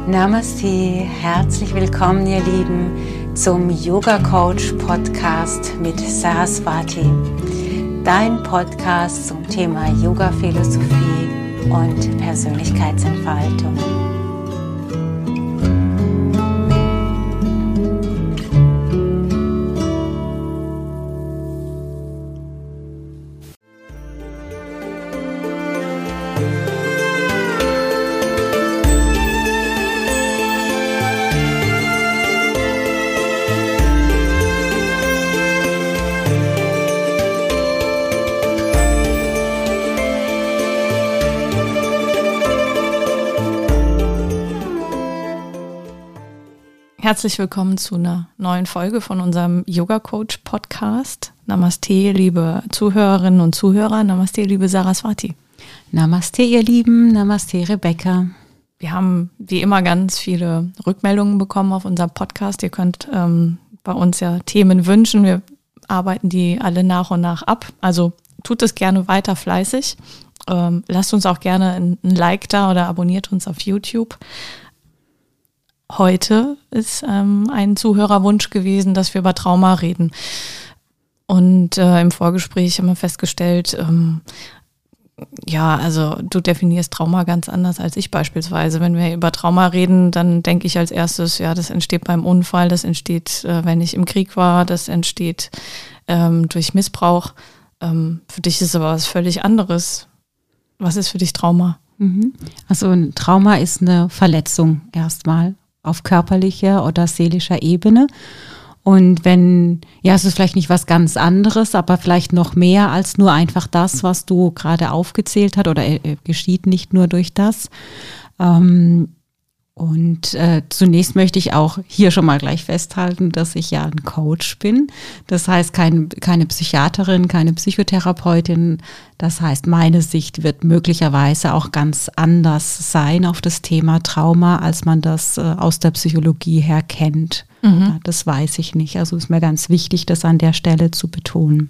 Namaste, herzlich willkommen ihr Lieben zum Yoga Coach Podcast mit Saraswati, dein Podcast zum Thema Yoga Philosophie und Persönlichkeitsentfaltung. Herzlich willkommen zu einer neuen Folge von unserem Yoga Coach Podcast. Namaste, liebe Zuhörerinnen und Zuhörer. Namaste, liebe Saraswati. Namaste, ihr Lieben. Namaste, Rebecca. Wir haben wie immer ganz viele Rückmeldungen bekommen auf unserem Podcast. Ihr könnt bei uns ja Themen wünschen. Wir arbeiten die alle nach und nach ab. Also tut es gerne weiter fleißig. Lasst uns auch gerne ein Like da oder abonniert uns auf YouTube. Heute ist ein Zuhörerwunsch gewesen, dass wir über Trauma reden. Und im Vorgespräch haben wir festgestellt, also du definierst Trauma ganz anders als ich beispielsweise. Wenn wir über Trauma reden, dann denke ich als erstes, ja, das entsteht beim Unfall, das entsteht, wenn ich im Krieg war, das entsteht durch Missbrauch. Für dich ist aber was völlig anderes. Was ist für dich Trauma? Also ein Trauma ist eine Verletzung erstmal auf körperlicher oder seelischer Ebene. Und es ist vielleicht nicht was ganz anderes, aber vielleicht noch mehr als nur einfach das, was du gerade aufgezählt hast, oder geschieht nicht nur durch das. Zunächst möchte ich auch hier schon mal gleich festhalten, dass ich ja ein Coach bin. Das heißt, keine Psychiaterin, keine Psychotherapeutin. Das heißt, meine Sicht wird möglicherweise auch ganz anders sein auf das Thema Trauma, als man das aus der Psychologie her kennt. Ja, das weiß ich nicht. Also ist mir ganz wichtig, das an der Stelle zu betonen.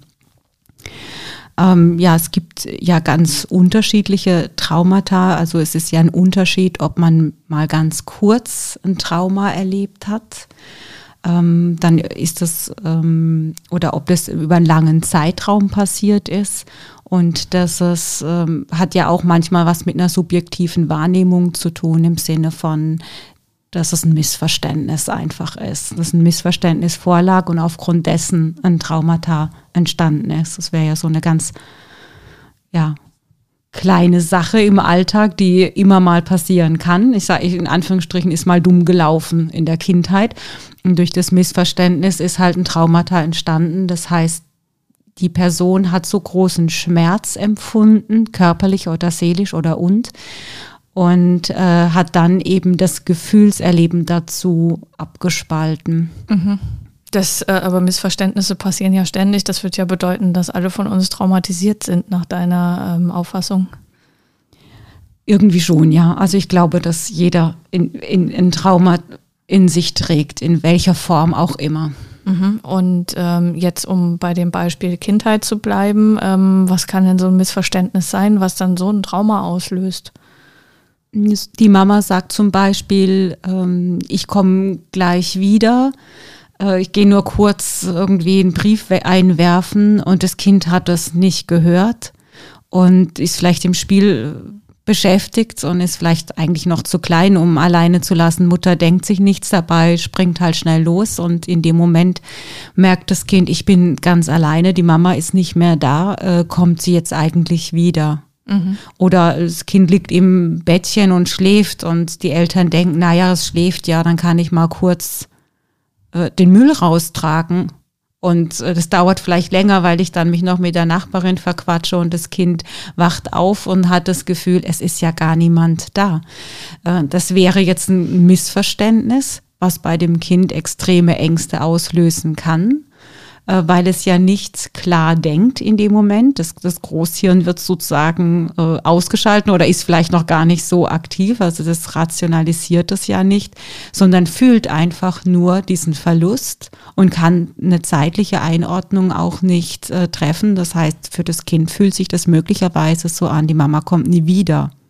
Es gibt ja ganz unterschiedliche Traumata. Also es ist ja ein Unterschied, ob man mal ganz kurz ein Trauma erlebt hat. Dann ist das, oder ob das über einen langen Zeitraum passiert ist. Und das hat ja auch manchmal was mit einer subjektiven Wahrnehmung zu tun, im Sinne von, dass es ein Missverständnis einfach ist, dass ein Missverständnis vorlag und aufgrund dessen ein Traumata entstanden ist. Das wäre ja so eine ganz kleine Sache im Alltag, die immer mal passieren kann. Ich sage in Anführungsstrichen, ist mal dumm gelaufen in der Kindheit. Und durch das Missverständnis ist halt ein Traumata entstanden. Das heißt, die Person hat so großen Schmerz empfunden, körperlich oder seelisch und hat dann eben das Gefühlserleben dazu abgespalten. Aber Missverständnisse passieren ja ständig. Das wird ja bedeuten, dass alle von uns traumatisiert sind, nach deiner Auffassung. Irgendwie schon, ja. Also ich glaube, dass jeder ein Trauma in sich trägt, in welcher Form auch immer. Und jetzt, um bei dem Beispiel Kindheit zu bleiben, was kann denn so ein Missverständnis sein, was dann so ein Trauma auslöst? Die Mama sagt zum Beispiel, ich komme gleich wieder, ich gehe nur kurz irgendwie einen Brief einwerfen, und das Kind hat das nicht gehört und ist vielleicht im Spiel beschäftigt und ist vielleicht eigentlich noch zu klein, um alleine zu lassen. Mutter denkt sich nichts dabei, springt halt schnell los, und in dem Moment merkt das Kind, ich bin ganz alleine, die Mama ist nicht mehr da, kommt sie jetzt eigentlich wieder? Oder das Kind liegt im Bettchen und schläft, und die Eltern denken, naja, es schläft ja, dann kann ich mal kurz den Müll raustragen. Und das dauert vielleicht länger, weil ich dann mich noch mit der Nachbarin verquatsche, und das Kind wacht auf und hat das Gefühl, es ist ja gar niemand da. Das wäre jetzt ein Missverständnis, was bei dem Kind extreme Ängste auslösen kann, weil es ja nicht klar denkt in dem Moment. Das Großhirn wird sozusagen ausgeschalten oder ist vielleicht noch gar nicht so aktiv. Also das rationalisiert das ja nicht, sondern fühlt einfach nur diesen Verlust und kann eine zeitliche Einordnung auch nicht treffen. Das heißt, für das Kind fühlt sich das möglicherweise so an, die Mama kommt nie wieder.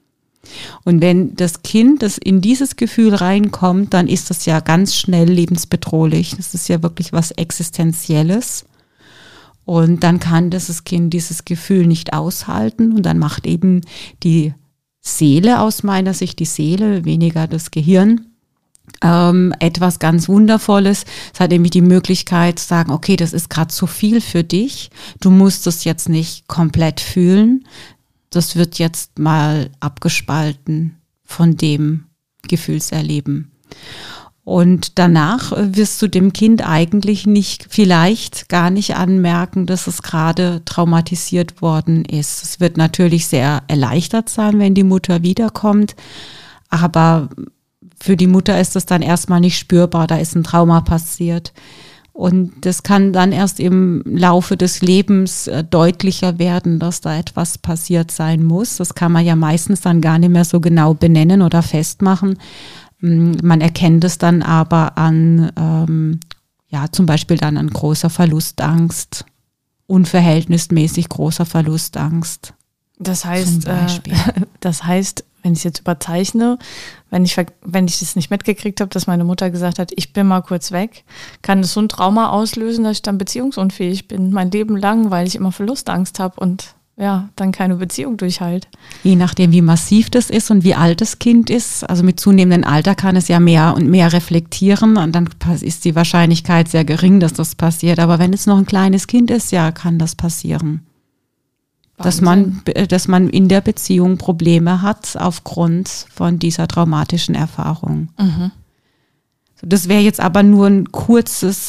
Und wenn das Kind das in dieses Gefühl reinkommt, dann ist das ja ganz schnell lebensbedrohlich. Das ist ja wirklich was Existenzielles. Und dann kann das Kind dieses Gefühl nicht aushalten und dann macht eben die Seele, aus meiner Sicht die Seele, weniger das Gehirn, etwas ganz Wundervolles. Es hat nämlich die Möglichkeit zu sagen, okay, das ist gerade zu viel für dich. Du musst es jetzt nicht komplett fühlen. Das wird jetzt mal abgespalten von dem Gefühlserleben. Und danach wirst du dem Kind eigentlich vielleicht gar nicht anmerken, dass es gerade traumatisiert worden ist. Es wird natürlich sehr erleichtert sein, wenn die Mutter wiederkommt, aber für die Mutter ist es dann erstmal nicht spürbar, da ist ein Trauma passiert. Und das kann dann erst im Laufe des Lebens deutlicher werden, dass da etwas passiert sein muss. Das kann man ja meistens dann gar nicht mehr so genau benennen oder festmachen. Man erkennt es dann aber an, zum Beispiel dann an großer Verlustangst, unverhältnismäßig großer Verlustangst. Das heißt, wenn ich es jetzt überzeichne, wenn ich es nicht mitgekriegt habe, dass meine Mutter gesagt hat, ich bin mal kurz weg, kann das so ein Trauma auslösen, dass ich dann beziehungsunfähig bin, mein Leben lang, weil ich immer Verlustangst habe und ja, dann keine Beziehung durchhalte. Je nachdem, wie massiv das ist und wie alt das Kind ist, also mit zunehmendem Alter kann es ja mehr und mehr reflektieren und dann ist die Wahrscheinlichkeit sehr gering, dass das passiert. Aber wenn es noch ein kleines Kind ist, ja, kann das passieren. Dass man in der Beziehung Probleme hat aufgrund von dieser traumatischen Erfahrung. Mhm. Das wäre jetzt aber nur ein kurzes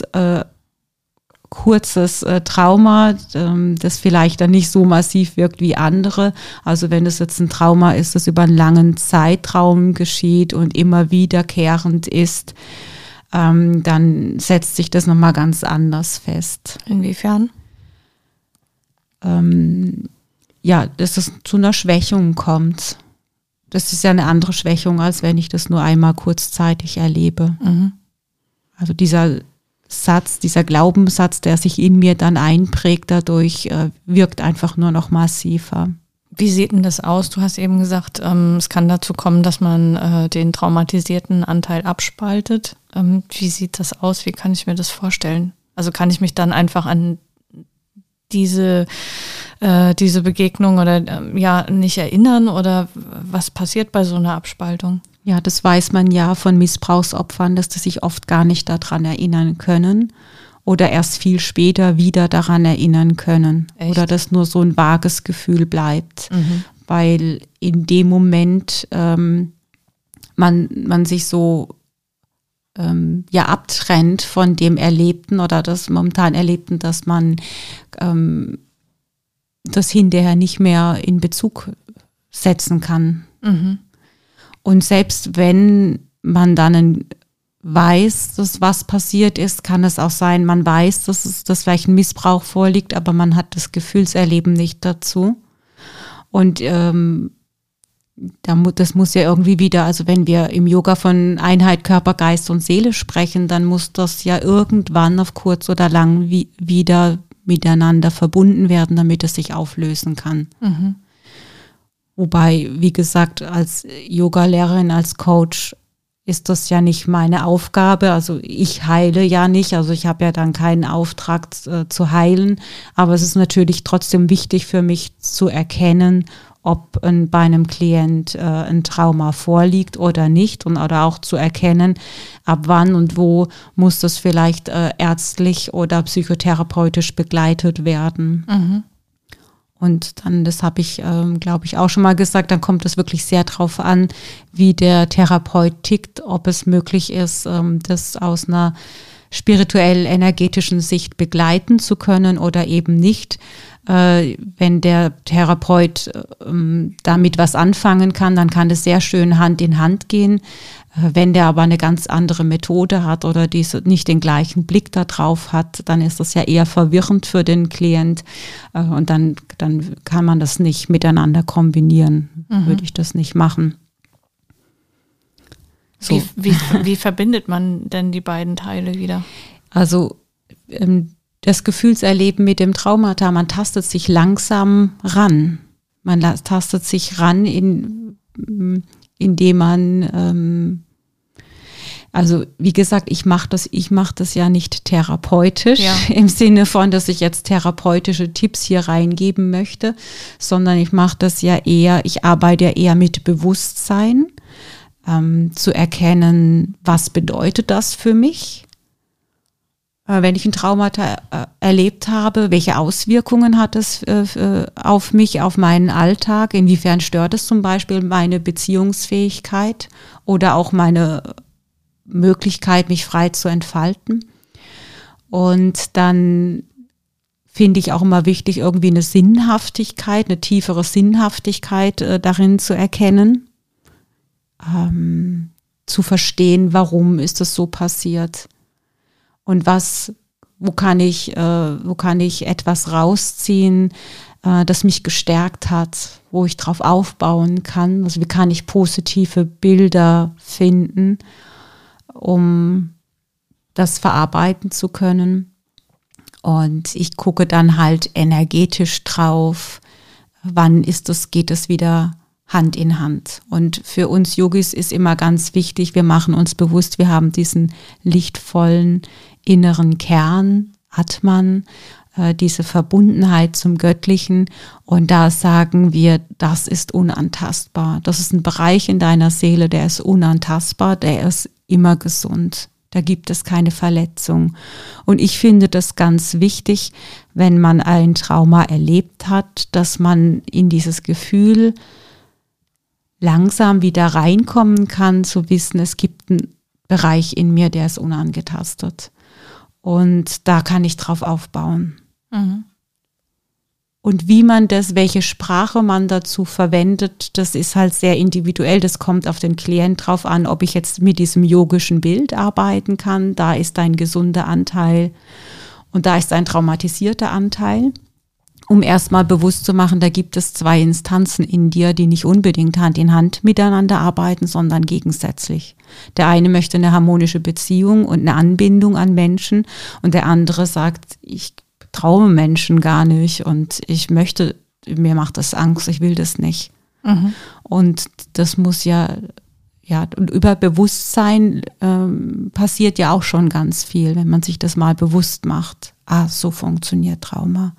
Trauma, das vielleicht dann nicht so massiv wirkt wie andere. Also wenn es jetzt ein Trauma ist, das über einen langen Zeitraum geschieht und immer wiederkehrend ist, dann setzt sich das nochmal ganz anders fest. Inwiefern? Dass es zu einer Schwächung kommt. Das ist ja eine andere Schwächung, als wenn ich das nur einmal kurzzeitig erlebe. Mhm. Also dieser Glaubenssatz, der sich in mir dann einprägt, dadurch wirkt einfach nur noch massiver. Wie sieht denn das aus? Du hast eben gesagt, es kann dazu kommen, dass man den traumatisierten Anteil abspaltet. Wie sieht das aus? Wie kann ich mir das vorstellen? Also kann ich mich dann einfach an diese Begegnung oder nicht erinnern oder was passiert bei so einer Abspaltung? Ja, das weiß man ja von Missbrauchsopfern, dass die sich oft gar nicht daran erinnern können oder erst viel später wieder daran erinnern können. Echt? Oder dass nur so ein vages Gefühl bleibt, weil in dem Moment man sich so abtrennt von dem Erlebten oder das momentan Erlebten, dass man das hinterher nicht mehr in Bezug setzen kann. Mhm. Und selbst wenn man dann weiß, dass was passiert ist, kann es auch sein, man weiß, dass vielleicht ein Missbrauch vorliegt, aber man hat das Gefühlserleben nicht dazu. Und das muss ja irgendwie wieder, also wenn wir im Yoga von Einheit Körper, Geist und Seele sprechen, dann muss das ja irgendwann auf kurz oder lang wieder miteinander verbunden werden, damit es sich auflösen kann. Mhm. Wobei, wie gesagt, als Yoga-Lehrerin, als Coach ist das ja nicht meine Aufgabe. Also ich heile ja nicht, also ich habe ja dann keinen Auftrag zu heilen. Aber es ist natürlich trotzdem wichtig für mich zu erkennen, ob bei einem Klient ein Trauma vorliegt oder nicht oder auch zu erkennen, ab wann und wo muss das vielleicht ärztlich oder psychotherapeutisch begleitet werden. Mhm. Und dann, das habe ich, glaube ich, auch schon mal gesagt, dann kommt es wirklich sehr drauf an, wie der Therapeut tickt, ob es möglich ist, das aus einer spirituell-energetischen Sicht begleiten zu können oder eben nicht. Wenn der Therapeut damit was anfangen kann, dann kann das sehr schön Hand in Hand gehen. Wenn der aber eine ganz andere Methode hat oder nicht den gleichen Blick da drauf hat, dann ist das ja eher verwirrend für den Klient und dann kann man das nicht miteinander kombinieren, würde ich das nicht machen. So. Wie verbindet man denn die beiden Teile wieder? Also das Gefühlserleben mit dem Traumata, man tastet sich langsam ran. Man tastet sich ran indem man, also wie gesagt, ich mache das ja nicht therapeutisch, im Sinne von, dass ich jetzt therapeutische Tipps hier reingeben möchte, sondern ich mache das ja eher, ich arbeite ja eher mit Bewusstsein, zu erkennen, was bedeutet das für mich, wenn ich ein Traumata erlebt habe, welche Auswirkungen hat es auf mich, auf meinen Alltag, inwiefern stört es zum Beispiel meine Beziehungsfähigkeit oder auch meine Möglichkeit, mich frei zu entfalten. Und dann finde ich auch immer wichtig, irgendwie eine Sinnhaftigkeit, eine tiefere Sinnhaftigkeit darin zu erkennen, zu verstehen, warum ist das so passiert und wo kann ich etwas rausziehen, das mich gestärkt hat, wo ich drauf aufbauen kann. Also wie kann ich positive Bilder finden, um das verarbeiten zu können. Und ich gucke dann halt energetisch drauf, wann geht es wieder Hand in Hand. Und für uns Yogis ist immer ganz wichtig, wir machen uns bewusst, wir haben diesen lichtvollen inneren Kern, Atman, diese Verbundenheit zum Göttlichen. Und da sagen wir, das ist unantastbar. Das ist ein Bereich in deiner Seele, der ist unantastbar, der ist immer gesund. Da gibt es keine Verletzung. Und ich finde das ganz wichtig, wenn man ein Trauma erlebt hat, dass man in dieses Gefühl langsam wieder reinkommen kann, zu wissen, es gibt einen Bereich in mir, der ist unangetastet. Und da kann ich drauf aufbauen. Mhm. Und wie man welche Sprache man dazu verwendet, das ist halt sehr individuell. Das kommt auf den Klient drauf an, ob ich jetzt mit diesem yogischen Bild arbeiten kann. Da ist ein gesunder Anteil und da ist ein traumatisierter Anteil. Um erstmal bewusst zu machen, da gibt es 2 Instanzen in dir, die nicht unbedingt Hand in Hand miteinander arbeiten, sondern gegensätzlich. Der eine möchte eine harmonische Beziehung und eine Anbindung an Menschen und der andere sagt, ich traue Menschen gar nicht und mir macht das Angst, ich will das nicht. Mhm. Und das muss ja, und über Bewusstsein passiert ja auch schon ganz viel, wenn man sich das mal bewusst macht. So funktioniert Trauma.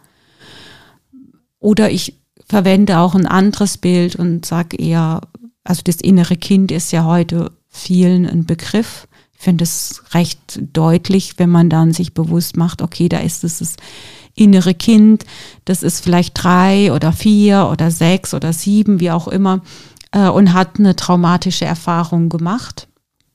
Oder ich verwende auch ein anderes Bild und sage eher, also das innere Kind ist ja heute vielen ein Begriff. Ich finde es recht deutlich, wenn man dann sich bewusst macht, okay, da ist es das innere Kind, das ist vielleicht 3 oder 4 oder 6 oder 7, wie auch immer, und hat eine traumatische Erfahrung gemacht.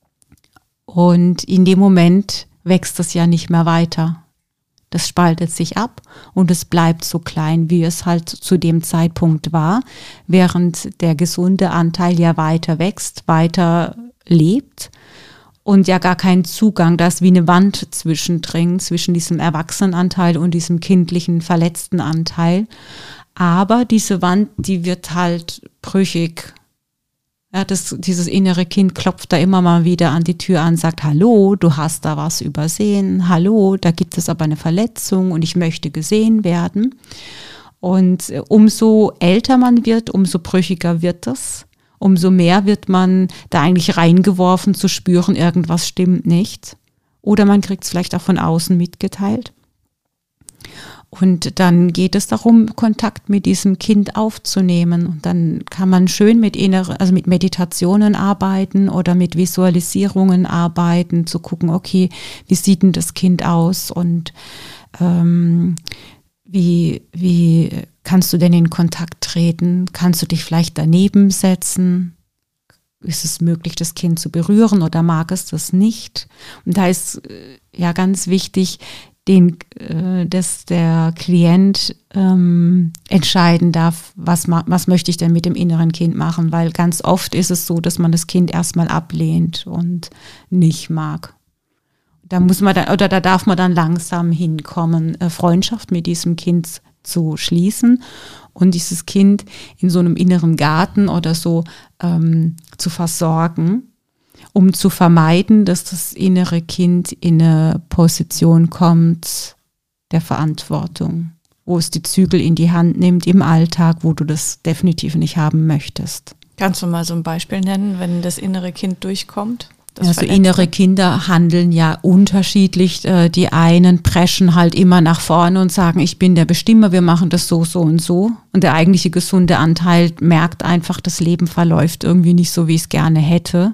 Und in dem Moment wächst es ja nicht mehr weiter. Das spaltet sich ab und es bleibt so klein, wie es halt zu dem Zeitpunkt war, während der gesunde Anteil ja weiter wächst, weiter lebt und ja gar keinen Zugang, da ist wie eine Wand zwischendrin, zwischen diesem Erwachsenenanteil und diesem kindlichen, verletzten Anteil. Aber diese Wand, die wird halt brüchig. Ja, dieses innere Kind klopft da immer mal wieder an die Tür an, sagt, hallo, du hast da was übersehen, hallo, da gibt es aber eine Verletzung und ich möchte gesehen werden. Und umso älter man wird, umso brüchiger wird das, umso mehr wird man da eigentlich reingeworfen zu spüren, irgendwas stimmt nicht. Oder man kriegt es vielleicht auch von außen mitgeteilt. Und dann geht es darum, Kontakt mit diesem Kind aufzunehmen. Und dann kann man schön mit Meditationen arbeiten oder mit Visualisierungen arbeiten, zu gucken, okay, wie sieht denn das Kind aus und wie kannst du denn in Kontakt treten? Kannst du dich vielleicht daneben setzen? Ist es möglich, das Kind zu berühren oder mag es das nicht? Und da ist ja ganz wichtig, dass der Klient entscheiden darf, was möchte ich denn mit dem inneren Kind machen, weil ganz oft ist es so, dass man das Kind erstmal ablehnt und nicht mag. Da darf man dann langsam hinkommen, Freundschaft mit diesem Kind zu schließen und dieses Kind in so einem inneren Garten oder so zu versorgen, um zu vermeiden, dass das innere Kind in eine Position kommt der Verantwortung, wo es die Zügel in die Hand nimmt im Alltag, wo du das definitiv nicht haben möchtest. Kannst du mal so ein Beispiel nennen, wenn das innere Kind durchkommt? Also innere Kinder handeln ja unterschiedlich. Die einen preschen halt immer nach vorne und sagen, ich bin der Bestimmer, wir machen das so, so und so. Und der eigentliche gesunde Anteil merkt einfach, das Leben verläuft irgendwie nicht so, wie ich es gerne hätte.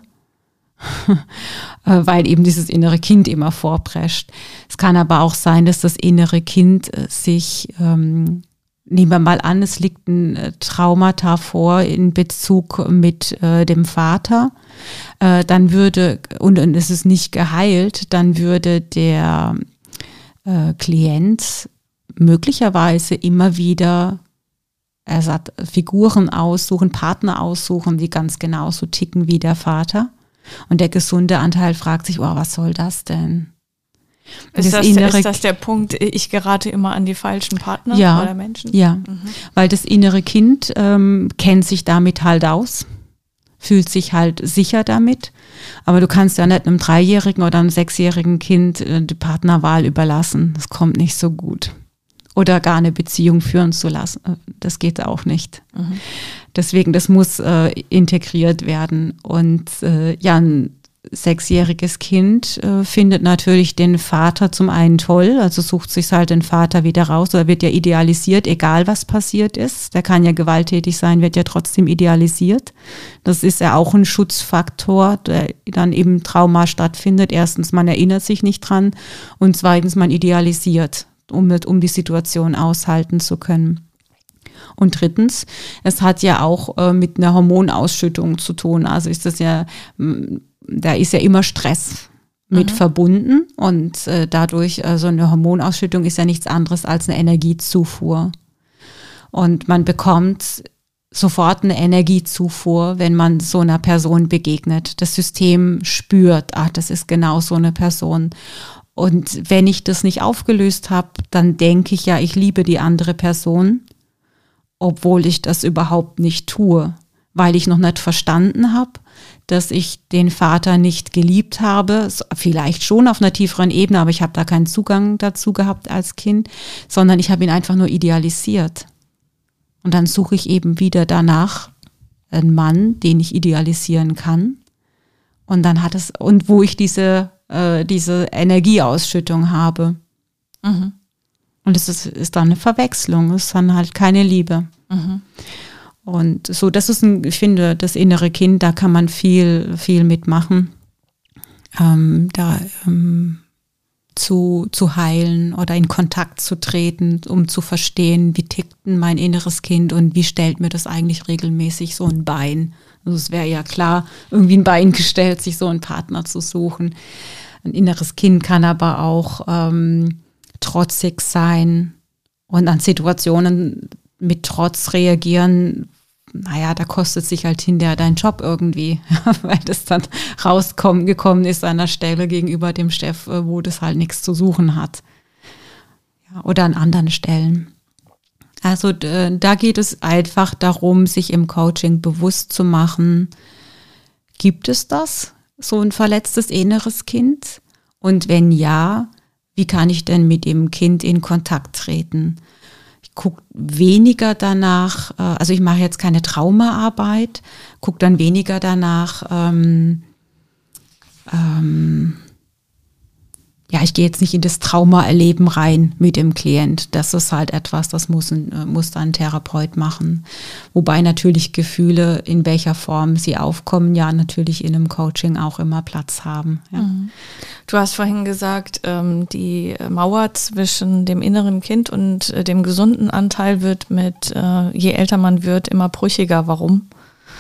Weil eben dieses innere Kind immer vorprescht. Es kann aber auch sein, dass das innere Kind sich, nehmen wir mal an, es liegt ein Traumata vor in Bezug mit dem Vater, dann würde, und es ist nicht geheilt, dann würde der Klient möglicherweise immer wieder Figuren aussuchen, Partner aussuchen, die ganz genauso ticken wie der Vater. Und der gesunde Anteil fragt sich, oh, was soll das denn? Ist das der Punkt, ich gerate immer an die falschen Partner oder Menschen? Ja, weil das innere Kind kennt sich damit halt aus, fühlt sich halt sicher damit. Aber du kannst ja nicht einem 3-jährigen oder einem 6-jährigen Kind die Partnerwahl überlassen. Das kommt nicht so gut. Oder gar eine Beziehung führen zu lassen. Das geht auch nicht. Deswegen, das muss integriert werden. Und ein 6-jähriges Kind findet natürlich den Vater zum einen toll, also sucht sich halt den Vater wieder raus, oder wird ja idealisiert, egal was passiert ist. Der kann ja gewalttätig sein, wird ja trotzdem idealisiert. Das ist ja auch ein Schutzfaktor, der dann eben Trauma stattfindet. Erstens, man erinnert sich nicht dran, und zweitens, man idealisiert, um die Situation aushalten zu können. Und drittens, es hat ja auch mit einer Hormonausschüttung zu tun. Also ist das ja, da ist ja immer Stress mit verbunden, und dadurch, so eine Hormonausschüttung ist ja nichts anderes als eine Energiezufuhr. Und man bekommt sofort eine Energiezufuhr, wenn man so einer Person begegnet. Das System spürt, das ist genau so eine Person. Und wenn ich das nicht aufgelöst habe, dann denke ich ja, ich liebe die andere Person, obwohl ich das überhaupt nicht tue, weil ich noch nicht verstanden habe, dass ich den Vater nicht geliebt habe, vielleicht schon auf einer tieferen Ebene, aber ich habe da keinen Zugang dazu gehabt als Kind, sondern ich habe ihn einfach nur idealisiert. Und dann suche ich eben wieder danach einen Mann, den ich idealisieren kann. Und dann und wo ich diese Energieausschüttung habe. Und es ist dann eine Verwechslung, es ist dann halt keine Liebe. Und so, das ist ich finde, das innere Kind, da kann man viel, viel mitmachen, zu heilen oder in Kontakt zu treten, um zu verstehen, wie tickt denn mein inneres Kind und wie stellt mir das eigentlich regelmäßig so ein Bein. Also es wäre ja klar, irgendwie ein Bein gestellt, sich so einen Partner zu suchen. Ein inneres Kind kann aber auch trotzig sein und an Situationen mit Trotz reagieren. Naja, da kostet sich halt hinterher dein Job irgendwie, weil das dann gekommen ist an der Stelle gegenüber dem Chef, wo das halt nichts zu suchen hat. Ja, oder an anderen Stellen. Also da geht es einfach darum, sich im Coaching bewusst zu machen, gibt es das, so ein verletztes inneres Kind? Und wenn ja, wie kann ich denn mit dem Kind in Kontakt treten? Ich gucke weniger danach, also ich mache jetzt keine Traumaarbeit, gucke dann weniger danach, ich gehe jetzt nicht in das Traumaerleben rein mit dem Klient. Das ist halt etwas, das muss dann ein Therapeut machen. Wobei natürlich Gefühle, in welcher Form sie aufkommen, ja natürlich in einem Coaching auch immer Platz haben. Ja. Du hast vorhin gesagt, die Mauer zwischen dem inneren Kind und dem gesunden Anteil wird je älter man wird, immer brüchiger. Warum?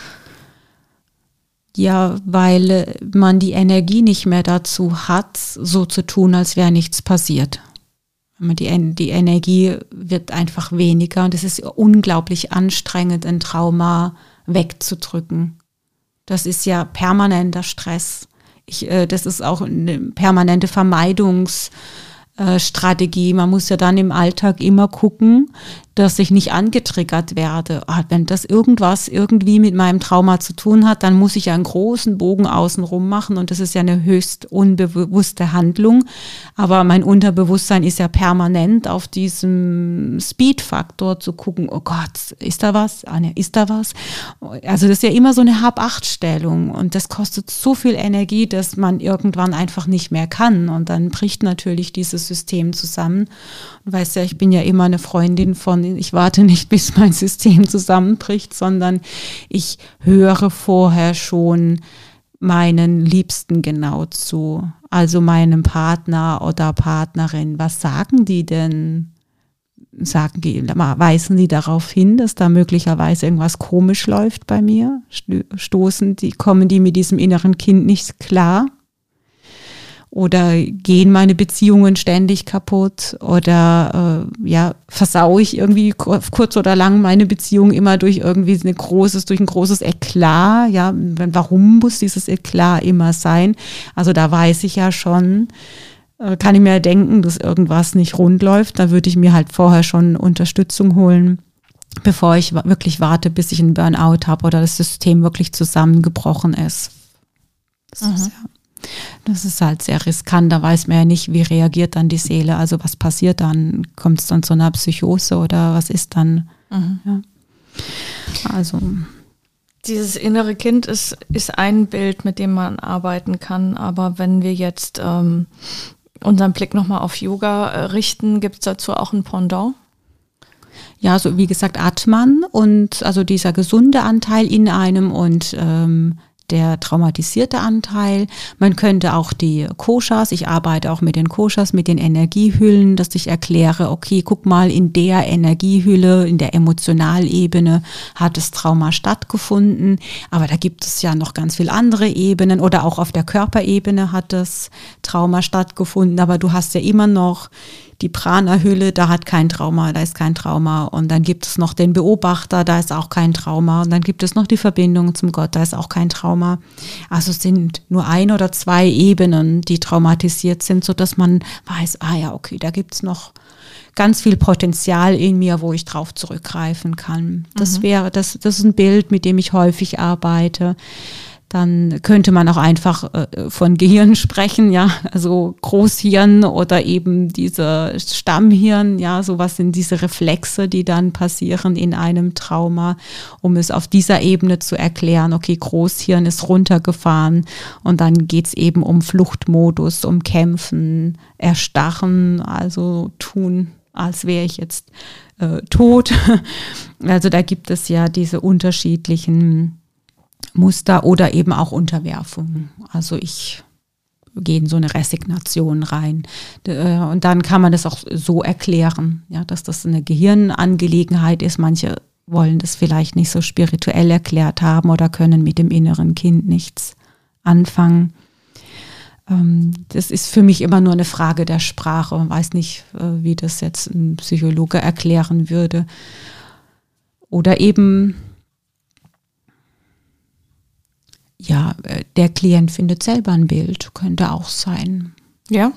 Ja, weil man die Energie nicht mehr dazu hat, so zu tun, als wäre nichts passiert. Die Energie wird einfach weniger, und es ist unglaublich anstrengend, ein Trauma wegzudrücken. Das ist ja permanenter Stress. Das ist auch eine permanente Vermeidungsstrategie. Man muss ja dann im Alltag immer gucken, dass ich nicht angetriggert werde. Wenn das irgendwas irgendwie mit meinem Trauma zu tun hat, dann muss ich ja einen großen Bogen außenrum machen und das ist ja eine höchst unbewusste Handlung. Aber mein Unterbewusstsein ist ja permanent auf diesem Speed-Faktor zu gucken, oh Gott, ist da was? Ah, ne, ist da was? Also das ist ja immer so eine Hab-Acht-Stellung und das kostet so viel Energie, dass man irgendwann einfach nicht mehr kann und dann bricht natürlich dieses System zusammen. Und weißt ja, ich bin ja immer eine Freundin von, ich warte nicht, bis mein System zusammenbricht, sondern ich höre vorher schon meinen Liebsten genau zu, also meinem Partner oder Partnerin. Was sagen die denn? Weisen die darauf hin, dass da möglicherweise irgendwas komisch läuft bei mir? Kommen die mit diesem inneren Kind nicht klar? Oder gehen meine Beziehungen ständig kaputt? Oder versaue ich irgendwie kurz oder lang meine Beziehung immer durch irgendwie ein großes Eklat? Ja, warum muss dieses Eklat immer sein? Also da weiß ich ja schon, kann ich mir denken, dass irgendwas nicht rund läuft. Da würde ich mir halt vorher schon Unterstützung holen, bevor ich wirklich warte, bis ich einen Burnout habe oder das System wirklich zusammengebrochen ist. Das ist halt sehr riskant. Da weiß man ja nicht, wie reagiert dann die Seele. Also was passiert dann? Kommt es dann zu einer Psychose oder was ist dann? Ja. Also dieses innere Kind ist ein Bild, mit dem man arbeiten kann. Aber wenn wir jetzt unseren Blick nochmal auf Yoga richten, gibt es dazu auch ein Pendant? Ja, so wie gesagt, Atman und also dieser gesunde Anteil in einem und der traumatisierte Anteil. Man könnte auch die Koshas, ich arbeite auch mit den Koshas, mit den Energiehüllen, dass ich erkläre, okay, guck mal, in der Energiehülle, in der Emotionalebene hat das Trauma stattgefunden, aber da gibt es ja noch ganz viele andere Ebenen oder auch auf der Körperebene hat das Trauma stattgefunden, aber du hast ja immer noch die Prana-Hülle, da ist kein Trauma und dann gibt es noch den Beobachter, da ist auch kein Trauma und dann gibt es noch die Verbindung zum Gott, da ist auch kein Trauma. Also es sind nur 1 oder 2 Ebenen, die traumatisiert sind, sodass man weiß, okay, da gibt es noch ganz viel Potenzial in mir, wo ich drauf zurückgreifen kann. Das ist ein Bild, mit dem ich häufig arbeite. Dann könnte man auch einfach von Gehirn sprechen, ja, also Großhirn oder eben diese Stammhirn, ja, sowas sind diese Reflexe, die dann passieren in einem Trauma, um es auf dieser Ebene zu erklären, okay, Großhirn ist runtergefahren und dann geht's eben um Fluchtmodus, um Kämpfen, Erstarren, also tun, als wäre ich jetzt tot. Also da gibt es ja diese unterschiedlichen Muster oder eben auch Unterwerfung. Also ich gehe in so eine Resignation rein. Und dann kann man das auch so erklären, ja, dass das eine Gehirnangelegenheit ist. Manche wollen das vielleicht nicht so spirituell erklärt haben oder können mit dem inneren Kind nichts anfangen. Das ist für mich immer nur eine Frage der Sprache. Man weiß nicht, wie das jetzt ein Psychologe erklären würde. Oder eben ja, der Klient findet selber ein Bild, könnte auch sein. Ja.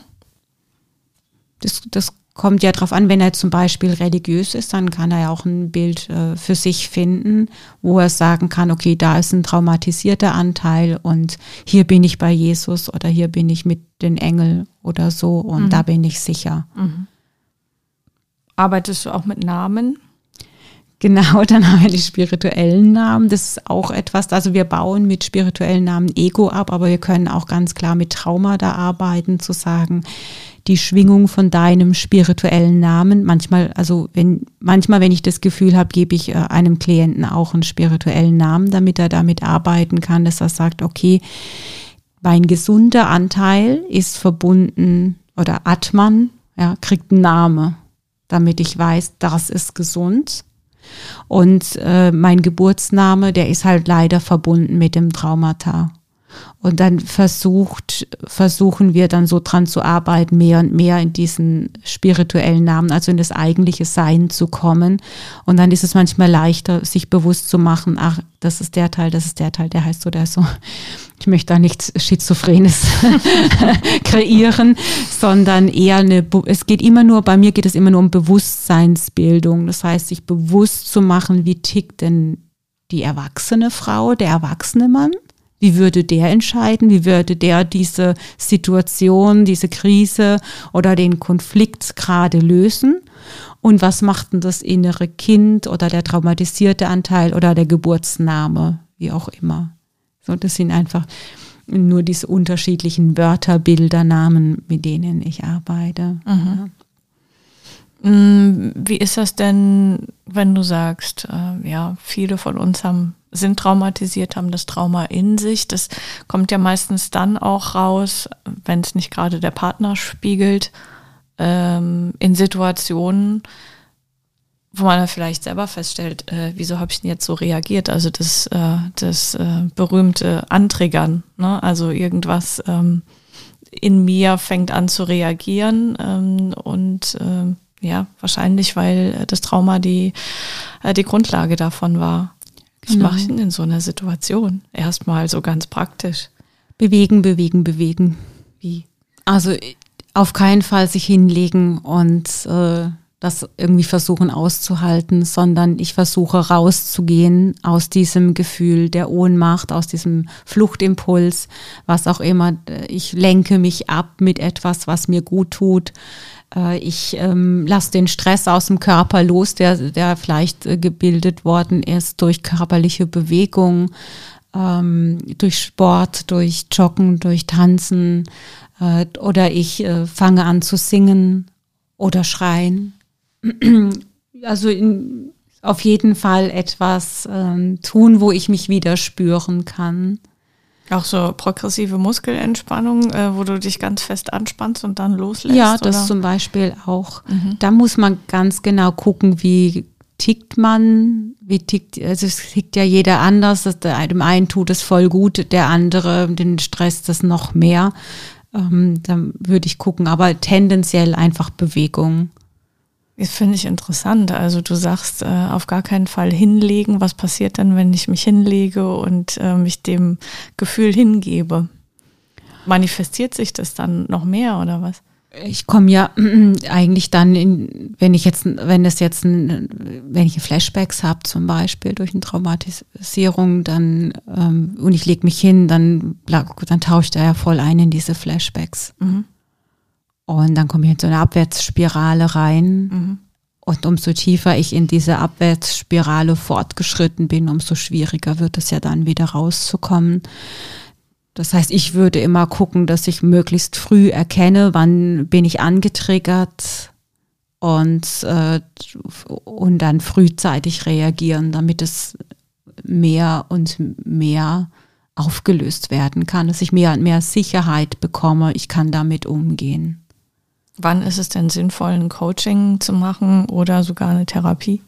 Das kommt ja drauf an, wenn er zum Beispiel religiös ist, dann kann er ja auch ein Bild für sich finden, wo er sagen kann, okay, da ist ein traumatisierter Anteil und hier bin ich bei Jesus oder hier bin ich mit den Engeln oder so und da bin ich sicher. Arbeitest du auch mit Namen? Genau, dann haben wir die spirituellen Namen. Das ist auch etwas, also wir bauen mit spirituellen Namen Ego ab, aber wir können auch ganz klar mit Trauma da arbeiten, zu sagen, die Schwingung von deinem spirituellen Namen. Manchmal, wenn ich das Gefühl habe, gebe ich einem Klienten auch einen spirituellen Namen, damit er damit arbeiten kann, dass er sagt, okay, mein gesunder Anteil ist verbunden oder Atman, ja, kriegt einen Namen, damit ich weiß, das ist gesund. Und mein Geburtsname, der ist halt leider verbunden mit dem Traumata. Und dann versuchen wir dann so dran zu arbeiten, mehr und mehr in diesen spirituellen Namen, also in das eigentliche Sein zu kommen. Und dann ist es manchmal leichter, sich bewusst zu machen, ach, das ist der Teil, der heißt so, der ist so. Ich möchte da nichts Schizophrenes kreieren, sondern eher bei mir geht es immer nur um Bewusstseinsbildung. Das heißt, sich bewusst zu machen, wie tickt denn die erwachsene Frau, der erwachsene Mann? Wie würde der entscheiden? Wie würde der diese Situation, diese Krise oder den Konflikt gerade lösen? Und was macht denn das innere Kind oder der traumatisierte Anteil oder der Geburtsname, wie auch immer? So, das sind einfach nur diese unterschiedlichen Wörter, Bilder, Namen, mit denen ich arbeite. Mhm. Ja. Wie ist das denn, wenn du sagst, viele von uns sind traumatisiert, haben das Trauma in sich. Das kommt ja meistens dann auch raus, wenn es nicht gerade der Partner spiegelt, in Situationen, wo man vielleicht selber feststellt, wieso habe ich denn jetzt so reagiert? Also das berühmte Antriggern, ne? Also irgendwas in mir fängt an zu reagieren wahrscheinlich, weil das Trauma die Grundlage davon war. Was mache ich denn in so einer Situation? Erstmal so ganz praktisch. Bewegen. Wie? Also auf keinen Fall sich hinlegen und das irgendwie versuchen auszuhalten, sondern ich versuche rauszugehen aus diesem Gefühl der Ohnmacht, aus diesem Fluchtimpuls, was auch immer. Ich lenke mich ab mit etwas, was mir gut tut. Ich lasse den Stress aus dem Körper los, der vielleicht gebildet worden ist durch körperliche Bewegung, durch Sport, durch Joggen, durch Tanzen, oder ich fange an zu singen oder schreien. Also auf jeden Fall etwas tun, wo ich mich wieder spüren kann. Auch so progressive Muskelentspannung, wo du dich ganz fest anspannst und dann loslässt? Ja, das oder? Zum Beispiel auch. Mhm. Da muss man ganz genau gucken, wie tickt man, also es tickt ja jeder anders. Dem einen tut es voll gut, der andere, den stresst es noch mehr. Dann würde ich gucken, aber tendenziell einfach Bewegung. Das finde ich interessant. Also du sagst, auf gar keinen Fall hinlegen. Was passiert dann, wenn ich mich hinlege und mich dem Gefühl hingebe? Manifestiert sich das dann noch mehr oder was? Ich komme ja eigentlich dann wenn ich Flashbacks habe zum Beispiel durch eine Traumatisierung, dann und ich lege mich hin, dann tauscht er ja voll ein in diese Flashbacks. Mhm. Und dann komme ich in so eine Abwärtsspirale rein. Mhm. Und umso tiefer ich in diese Abwärtsspirale fortgeschritten bin, umso schwieriger wird es ja dann wieder rauszukommen. Das heißt, ich würde immer gucken, dass ich möglichst früh erkenne, wann bin ich angetriggert und dann frühzeitig reagieren, damit es mehr und mehr aufgelöst werden kann, dass ich mehr und mehr Sicherheit bekomme, ich kann damit umgehen. Wann ist es denn sinnvoll, ein Coaching zu machen oder sogar eine Therapie?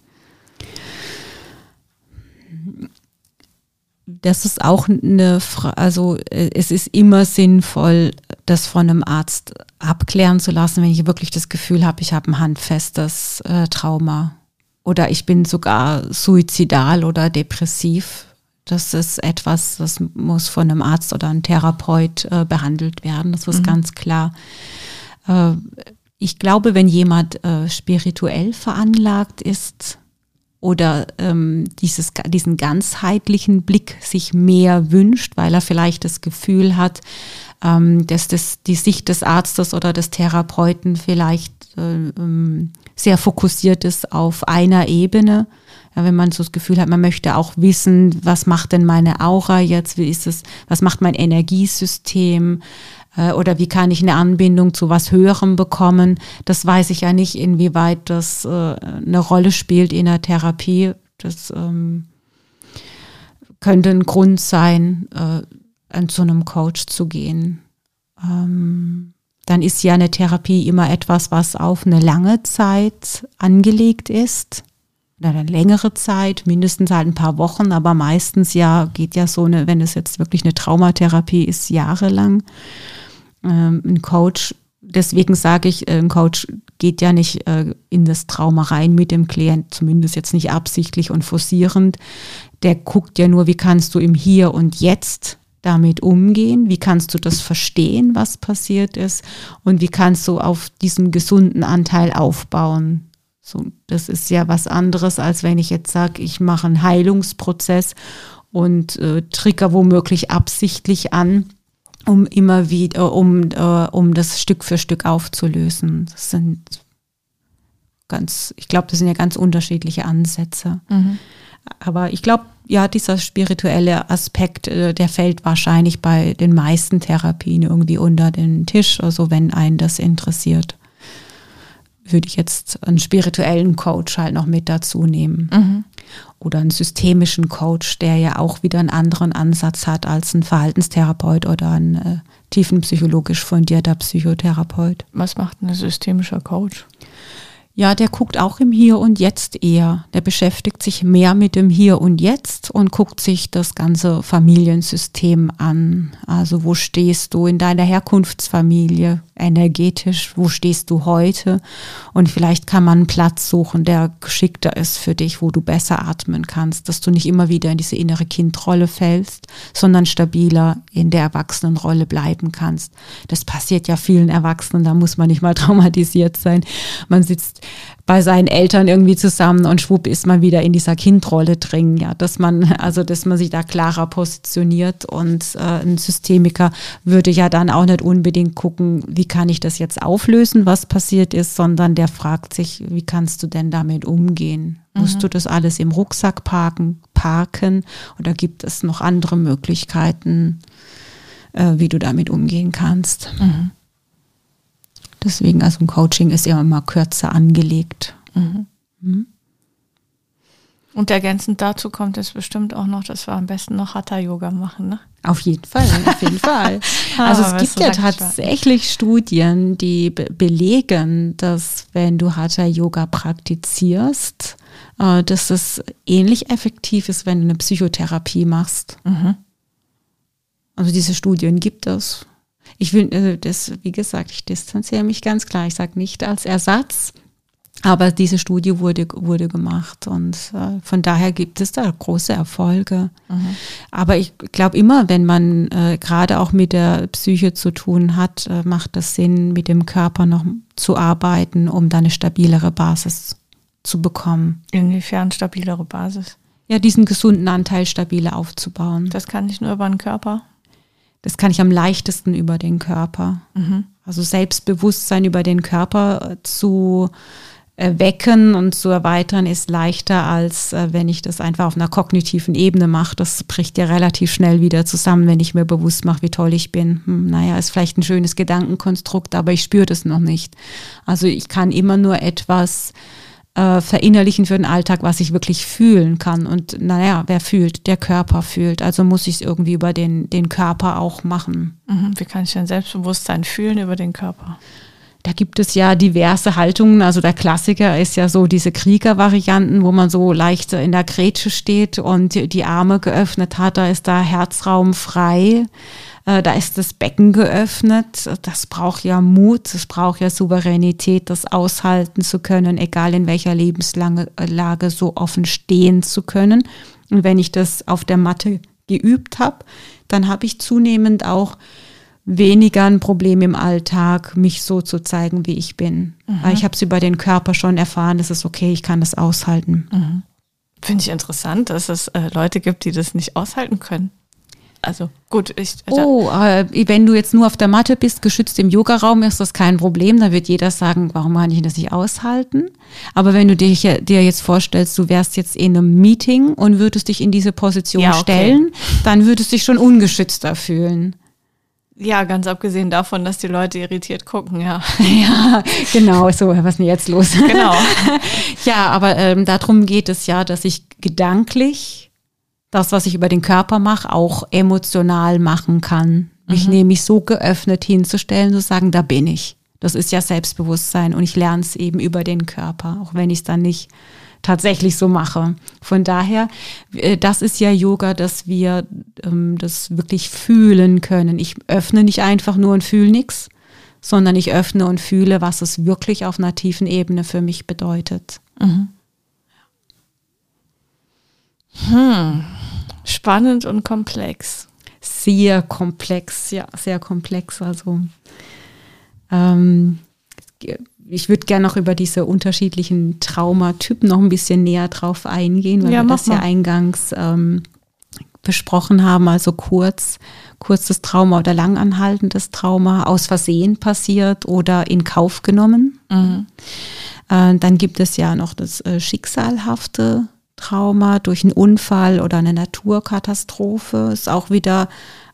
Das ist auch es ist immer sinnvoll, das von einem Arzt abklären zu lassen, wenn ich wirklich das Gefühl habe, ich habe ein handfestes Trauma oder ich bin sogar suizidal oder depressiv. Das ist etwas, das muss von einem Arzt oder einem Therapeut behandelt werden. Das ist ganz klar. Ich glaube, wenn jemand spirituell veranlagt ist oder diesen ganzheitlichen Blick sich mehr wünscht, weil er vielleicht das Gefühl hat, dass die Sicht des Arztes oder des Therapeuten vielleicht sehr fokussiert ist auf einer Ebene. Ja, wenn man so das Gefühl hat, man möchte auch wissen, was macht denn meine Aura jetzt, was macht mein Energiesystem, oder wie kann ich eine Anbindung zu was Höherem bekommen? Das weiß ich ja nicht, inwieweit das eine Rolle spielt in der Therapie. Das könnte ein Grund sein, zu einem Coach zu gehen. Dann ist ja eine Therapie immer etwas, was auf eine lange Zeit angelegt ist. oder eine längere Zeit, mindestens halt ein paar Wochen, aber meistens ja geht ja so eine, wenn es jetzt wirklich eine Traumatherapie ist, jahrelang. Ein Coach, deswegen sage ich, ein Coach geht ja nicht in das Trauma rein mit dem Klient, zumindest jetzt nicht absichtlich und forcierend. Der guckt ja nur, wie kannst du im Hier und Jetzt damit umgehen, wie kannst du das verstehen, was passiert ist und wie kannst du auf diesem gesunden Anteil aufbauen. So, das ist ja was anderes, als wenn ich jetzt sage, ich mache einen Heilungsprozess und trigger womöglich absichtlich an, um immer wieder, um das Stück für Stück aufzulösen. Ich glaube, das sind ja ganz unterschiedliche Ansätze. Mhm. Aber ich glaube, ja, dieser spirituelle Aspekt, der fällt wahrscheinlich bei den meisten Therapien irgendwie unter den Tisch, also wenn einen das interessiert, würde ich jetzt einen spirituellen Coach halt noch mit dazu nehmen. Mhm. Oder einen systemischen Coach, der ja auch wieder einen anderen Ansatz hat als ein Verhaltenstherapeut oder ein tiefenpsychologisch fundierter Psychotherapeut. Was macht ein systemischer Coach? Ja, der guckt auch im Hier und Jetzt eher. Der beschäftigt sich mehr mit dem Hier und Jetzt und guckt sich das ganze Familiensystem an. Also wo stehst du in deiner Herkunftsfamilie energetisch? Wo stehst du heute? Und vielleicht kann man einen Platz suchen, der geschickter ist für dich, wo du besser atmen kannst, dass du nicht immer wieder in diese innere Kindrolle fällst, sondern stabiler in der Erwachsenenrolle bleiben kannst. Das passiert ja vielen Erwachsenen, da muss man nicht mal traumatisiert sein. Man sitzt bei seinen Eltern irgendwie zusammen und schwupp ist man wieder in dieser Kindrolle drin, ja, dass man sich da klarer positioniert und ein Systemiker würde ja dann auch nicht unbedingt gucken, wie kann ich das jetzt auflösen, was passiert ist, sondern der fragt sich, wie kannst du denn damit umgehen? Musst du das alles im Rucksack parken oder gibt es noch andere Möglichkeiten, wie du damit umgehen kannst? Mhm. Deswegen, also ein Coaching ist ja immer kürzer angelegt. Mhm. Mhm. Und ergänzend dazu kommt es bestimmt auch noch, dass wir am besten noch Hatha-Yoga machen, ne? Auf jeden Fall, auf jeden Fall. Also es gibt ja tatsächlich Studien, die belegen, dass wenn du Hatha-Yoga praktizierst, dass es ähnlich effektiv ist, wenn du eine Psychotherapie machst. Mhm. Also diese Studien gibt es. Ich will das, wie gesagt, ich distanziere mich ganz klar. Ich sage nicht als Ersatz, aber diese Studie wurde gemacht und von daher gibt es da große Erfolge. Mhm. Aber ich glaube immer, wenn man gerade auch mit der Psyche zu tun hat, macht es Sinn, mit dem Körper noch zu arbeiten, um da eine stabilere Basis zu bekommen. Inwiefern stabilere Basis? Ja, diesen gesunden Anteil stabiler aufzubauen. Das kann ich nur über den Körper? Das kann ich am leichtesten über den Körper. Mhm. Also Selbstbewusstsein über den Körper zu wecken und zu erweitern ist leichter, als wenn ich das einfach auf einer kognitiven Ebene mache. Das bricht ja relativ schnell wieder zusammen, wenn ich mir bewusst mache, wie toll ich bin. Naja, ist vielleicht ein schönes Gedankenkonstrukt, aber ich spüre das noch nicht. Also ich kann immer nur etwas verinnerlichen für den Alltag, was ich wirklich fühlen kann. Und naja, wer fühlt? Der Körper fühlt. Also muss ich es irgendwie über den Körper auch machen. Mhm. Wie kann ich denn Selbstbewusstsein fühlen über den Körper? Da gibt es ja diverse Haltungen. Also der Klassiker ist ja so diese Krieger-Varianten, wo man so leicht in der Grätsche steht und die Arme geöffnet hat. Da ist da Herzraum frei. Da ist das Becken geöffnet. Das braucht ja Mut, das braucht ja Souveränität, das aushalten zu können, egal in welcher Lebenslage so offen stehen zu können. Und wenn ich das auf der Matte geübt habe, dann habe ich zunehmend auch weniger ein Problem im Alltag, mich so zu zeigen, wie ich bin. Mhm. Weil ich habe es über den Körper schon erfahren, das ist okay, ich kann das aushalten. Mhm. Finde ich interessant, dass es Leute gibt, die das nicht aushalten können. Also gut, wenn du jetzt nur auf der Matte bist, geschützt im Yogaraum, ist das kein Problem. Da wird jeder sagen, warum kann ich das nicht aushalten? Aber wenn du dir jetzt vorstellst, du wärst jetzt in einem Meeting und würdest dich in diese Position stellen, dann würdest du dich schon ungeschützter fühlen. Ja, ganz abgesehen davon, dass die Leute irritiert gucken, ja. Ja, genau, so, was ist denn jetzt los? Genau. Ja, aber darum geht es ja, dass ich gedanklich das, was ich über den Körper mache, auch emotional machen kann. Mich nämlich so geöffnet hinzustellen, zu sagen, da bin ich. Das ist ja Selbstbewusstsein und ich lerne es eben über den Körper, auch wenn ich es dann nicht tatsächlich so mache. Von daher, das ist ja Yoga, dass wir das wirklich fühlen können. Ich öffne nicht einfach nur und fühle nichts, sondern ich öffne und fühle, was es wirklich auf einer tiefen Ebene für mich bedeutet. Spannend und komplex. Sehr komplex, ja, sehr komplex. Also ich würde gerne noch über diese unterschiedlichen Traumatypen noch ein bisschen näher drauf eingehen, weil wir das ja eingangs besprochen haben, also kurzes Trauma oder langanhaltendes Trauma, aus Versehen passiert oder in Kauf genommen. Dann gibt es ja noch das schicksalhafte Trauma durch einen Unfall oder eine Naturkatastrophe. Ist auch wieder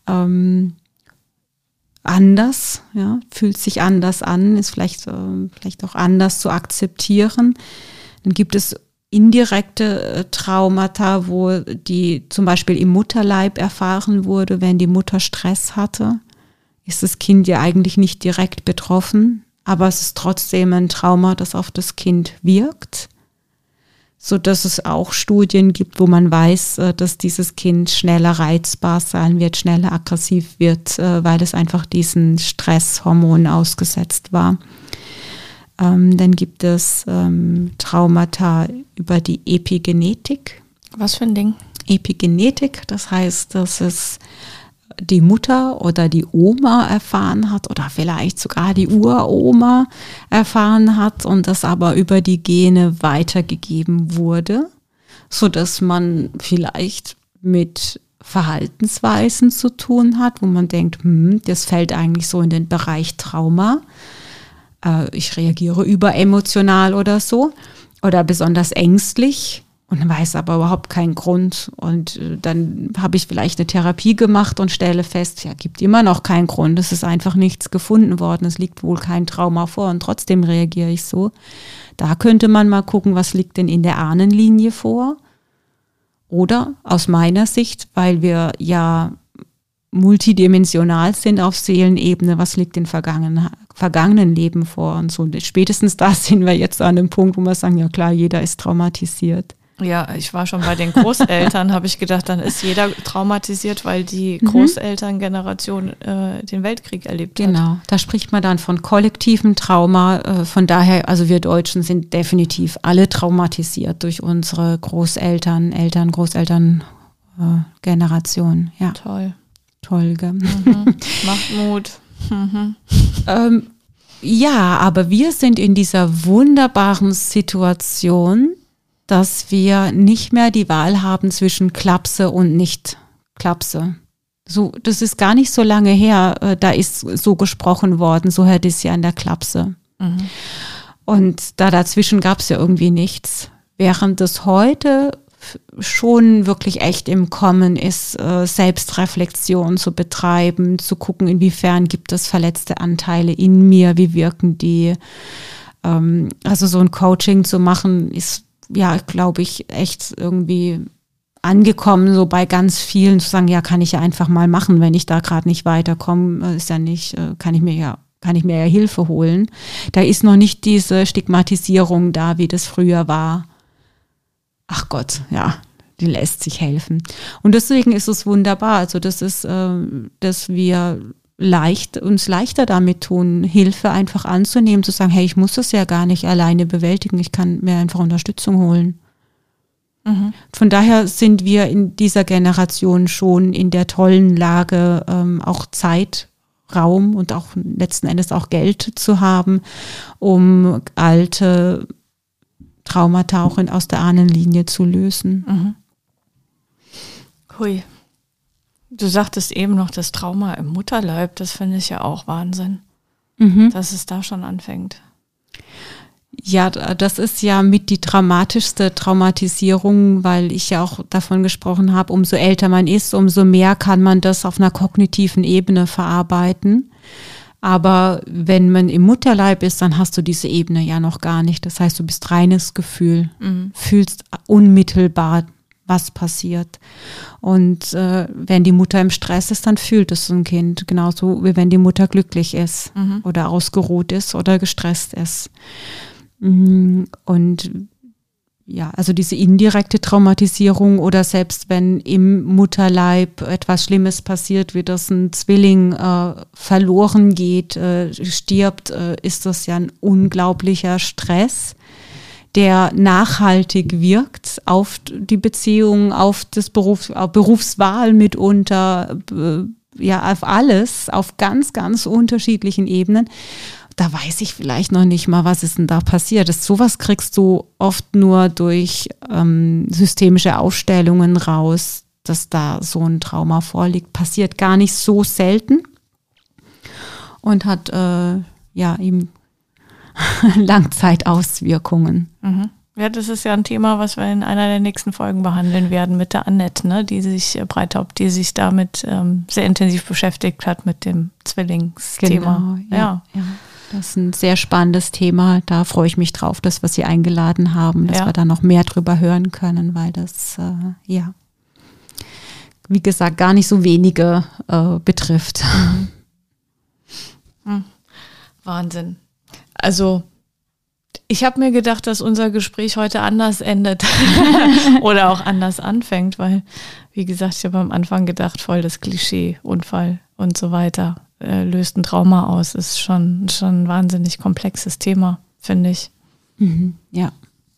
anders, ja, fühlt sich anders an, ist vielleicht auch anders zu akzeptieren. Dann gibt es indirekte Traumata, wo die zum Beispiel im Mutterleib erfahren wurde, wenn die Mutter Stress hatte, ist das Kind ja eigentlich nicht direkt betroffen, aber es ist trotzdem ein Trauma, das auf das Kind wirkt, so dass es auch Studien gibt, wo man weiß, dass dieses Kind schneller reizbar sein wird, schneller aggressiv wird, weil es einfach diesen Stresshormonen ausgesetzt war. Dann gibt es Traumata über die Epigenetik. Was für ein Ding? Epigenetik, das heißt, dass es die Mutter oder die Oma erfahren hat oder vielleicht sogar die Uroma erfahren hat und das aber über die Gene weitergegeben wurde, sodass man vielleicht mit Verhaltensweisen zu tun hat, wo man denkt, das fällt eigentlich so in den Bereich Trauma. Ich reagiere überemotional oder so oder besonders ängstlich und weiß aber überhaupt keinen Grund. Und dann habe ich vielleicht eine Therapie gemacht und stelle fest, ja, gibt immer noch keinen Grund. Es ist einfach nichts gefunden worden. Es liegt wohl kein Trauma vor und trotzdem reagiere ich so. Da könnte man mal gucken, was liegt denn in der Ahnenlinie vor? Oder aus meiner Sicht, weil wir ja multidimensional sind auf Seelenebene, was liegt in vergangenen Leben vor und so. Spätestens da sind wir jetzt an dem Punkt, wo wir sagen, ja klar, jeder ist traumatisiert. Ja, ich war schon bei den Großeltern, habe ich gedacht, dann ist jeder traumatisiert, weil die Großelterngeneration den Weltkrieg erlebt hat. Genau, da spricht man dann von kollektivem Trauma. Von daher, also wir Deutschen sind definitiv alle traumatisiert durch unsere Großeltern, Großeltern Generation. Ja. Toll, gell? Macht Mut. Ja, aber wir sind in dieser wunderbaren Situation, dass wir nicht mehr die Wahl haben zwischen Klapse und Nicht-Klapse. So, das ist gar nicht so lange her, da ist so gesprochen worden, so hört es ja an der Klapse. Und dazwischen gab es ja irgendwie nichts. Während es heute schon wirklich echt im Kommen ist, Selbstreflexion zu betreiben, zu gucken, inwiefern gibt es verletzte Anteile in mir, wie wirken die. Also so ein Coaching zu machen, ist ja, glaube ich, echt irgendwie angekommen, so bei ganz vielen zu sagen, ja, kann ich ja einfach mal machen, wenn ich da gerade nicht weiterkomme, ist ja nicht, kann ich mir ja Hilfe holen. Da ist noch nicht diese Stigmatisierung da, wie das früher war. Ach Gott, ja, die lässt sich helfen. Und deswegen ist es wunderbar, also das ist, dass wir uns leichter damit tun, Hilfe einfach anzunehmen, zu sagen, hey, ich muss das ja gar nicht alleine bewältigen, ich kann mir einfach Unterstützung holen. Von daher sind wir in dieser Generation schon in der tollen Lage, auch Zeit, Raum und auch letzten Endes auch Geld zu haben, um alte Traumata auch aus der Ahnenlinie zu lösen. Hui. Du sagtest eben noch das Trauma im Mutterleib, das finde ich ja auch Wahnsinn, dass es da schon anfängt. Ja, das ist ja mit die dramatischste Traumatisierung, weil ich ja auch davon gesprochen habe, umso älter man ist, umso mehr kann man das auf einer kognitiven Ebene verarbeiten. Aber wenn man im Mutterleib ist, dann hast du diese Ebene ja noch gar nicht. Das heißt, du bist reines Gefühl, fühlst unmittelbar, was passiert. Und wenn die Mutter im Stress ist, dann fühlt es so ein Kind. Genauso wie wenn die Mutter glücklich ist oder ausgeruht ist oder gestresst ist. Und also diese indirekte Traumatisierung oder selbst wenn im Mutterleib etwas Schlimmes passiert, wie das ein Zwilling verloren geht, stirbt, ist das ja ein unglaublicher Stress, der nachhaltig wirkt auf die Beziehung, auf das Berufswahl mitunter, auf alles, auf ganz, ganz unterschiedlichen Ebenen. Da weiß ich vielleicht noch nicht mal, was ist denn da passiert. Sowas kriegst du oft nur durch systemische Aufstellungen raus, dass da so ein Trauma vorliegt. Passiert gar nicht so selten und hat eben Langzeitauswirkungen. Mhm. Ja, das ist ja ein Thema, was wir in einer der nächsten Folgen behandeln werden mit der Annette, ne? Die sich damit sehr intensiv beschäftigt hat mit dem Zwillingsthema. Genau, ja. Das ist ein sehr spannendes Thema. Da freue ich mich drauf, dass wir Sie eingeladen haben, dass wir da noch mehr drüber hören können, weil das, wie gesagt, gar nicht so wenige betrifft. Wahnsinn. Also ich habe mir gedacht, dass unser Gespräch heute anders endet oder auch anders anfängt, weil, wie gesagt, ich habe am Anfang gedacht, voll das Klischee, Unfall und so weiter. Löst ein Trauma aus, ist schon ein wahnsinnig komplexes Thema, finde ich. Mhm, ja.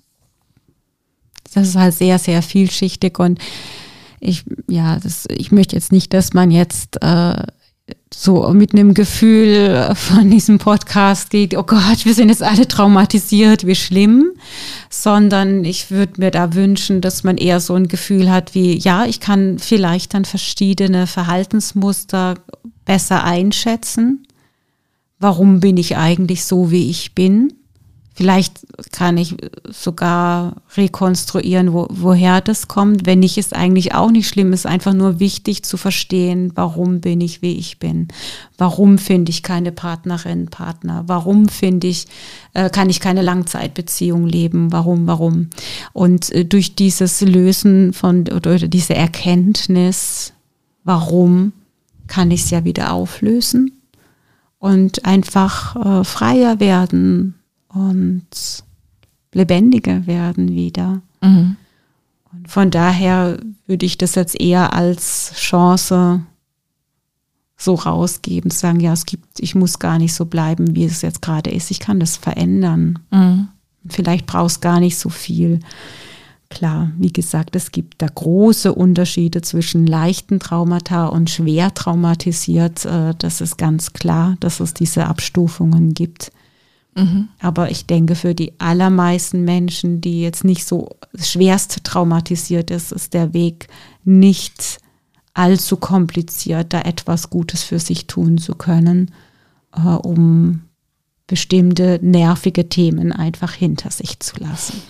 Das ist halt sehr, sehr vielschichtig und ich möchte jetzt nicht, dass man jetzt so mit einem Gefühl von diesem Podcast geht, oh Gott, wir sind jetzt alle traumatisiert, wie schlimm, sondern ich würde mir da wünschen, dass man eher so ein Gefühl hat wie, ja, ich kann vielleicht dann verschiedene Verhaltensmuster besser einschätzen. Warum bin ich eigentlich so, wie ich bin? Vielleicht kann ich sogar rekonstruieren, woher das kommt. Wenn nicht, ist eigentlich auch nicht schlimm. Es ist einfach nur wichtig zu verstehen, warum bin ich, wie ich bin. Warum finde ich keine Partner? Warum kann ich keine Langzeitbeziehung leben? Warum? Und durch dieses Lösen oder diese Erkenntnis, warum, kann ich es ja wieder auflösen und einfach freier werden und lebendiger werden wieder. Mhm. Und von daher würde ich das jetzt eher als Chance so rausgeben, zu sagen, ja, ich muss gar nicht so bleiben, wie es jetzt gerade ist. Ich kann das verändern. Mhm. Vielleicht brauchst gar nicht so viel. Klar, wie gesagt, es gibt da große Unterschiede zwischen leichten Traumata und schwer traumatisiert. Das ist ganz klar, dass es diese Abstufungen gibt. Mhm. Aber ich denke, für die allermeisten Menschen, die jetzt nicht so schwerst traumatisiert ist der Weg nicht allzu kompliziert, da etwas Gutes für sich tun zu können, um bestimmte nervige Themen einfach hinter sich zu lassen.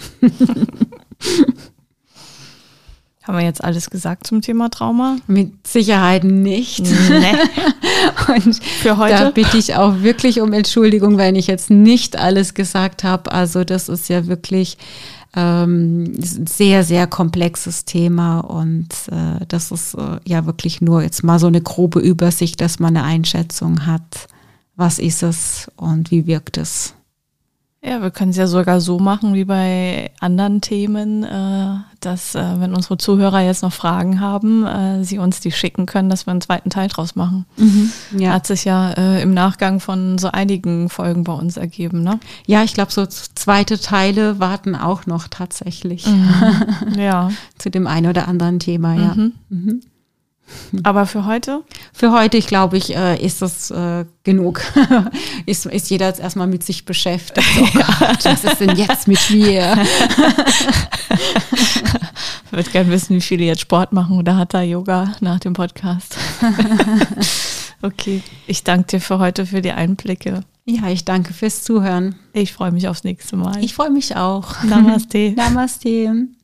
Haben wir jetzt alles gesagt zum Thema Trauma? Mit Sicherheit nicht. Nee. Und für heute? Da bitte ich auch wirklich um Entschuldigung, wenn ich jetzt nicht alles gesagt habe. Also das ist ja wirklich ein sehr, sehr komplexes Thema und das ist ja wirklich nur jetzt mal so eine grobe Übersicht, dass man eine Einschätzung hat, was ist es und wie wirkt es. Ja, wir können es ja sogar so machen wie bei anderen Themen, dass wenn unsere Zuhörer jetzt noch Fragen haben, sie uns die schicken können, dass wir einen zweiten Teil draus machen. Mhm, ja. Hat sich ja im Nachgang von so einigen Folgen bei uns ergeben, ne? Ja, ich glaube, so zweite Teile warten auch noch tatsächlich. Mhm. Ja. Zu dem einen oder anderen Thema, ja. Mhm. Mhm. Aber für heute? Für heute, ich glaube, ist das genug. ist jeder jetzt erstmal mit sich beschäftigt. Oh Gott, was ist denn jetzt mit mir? Ich würde gerne wissen, wie viele jetzt Sport machen oder Hatha-Yoga nach dem Podcast. Okay, ich danke dir für heute für die Einblicke. Ja, ich danke fürs Zuhören. Ich freue mich aufs nächste Mal. Ich freue mich auch. Namaste. Namaste.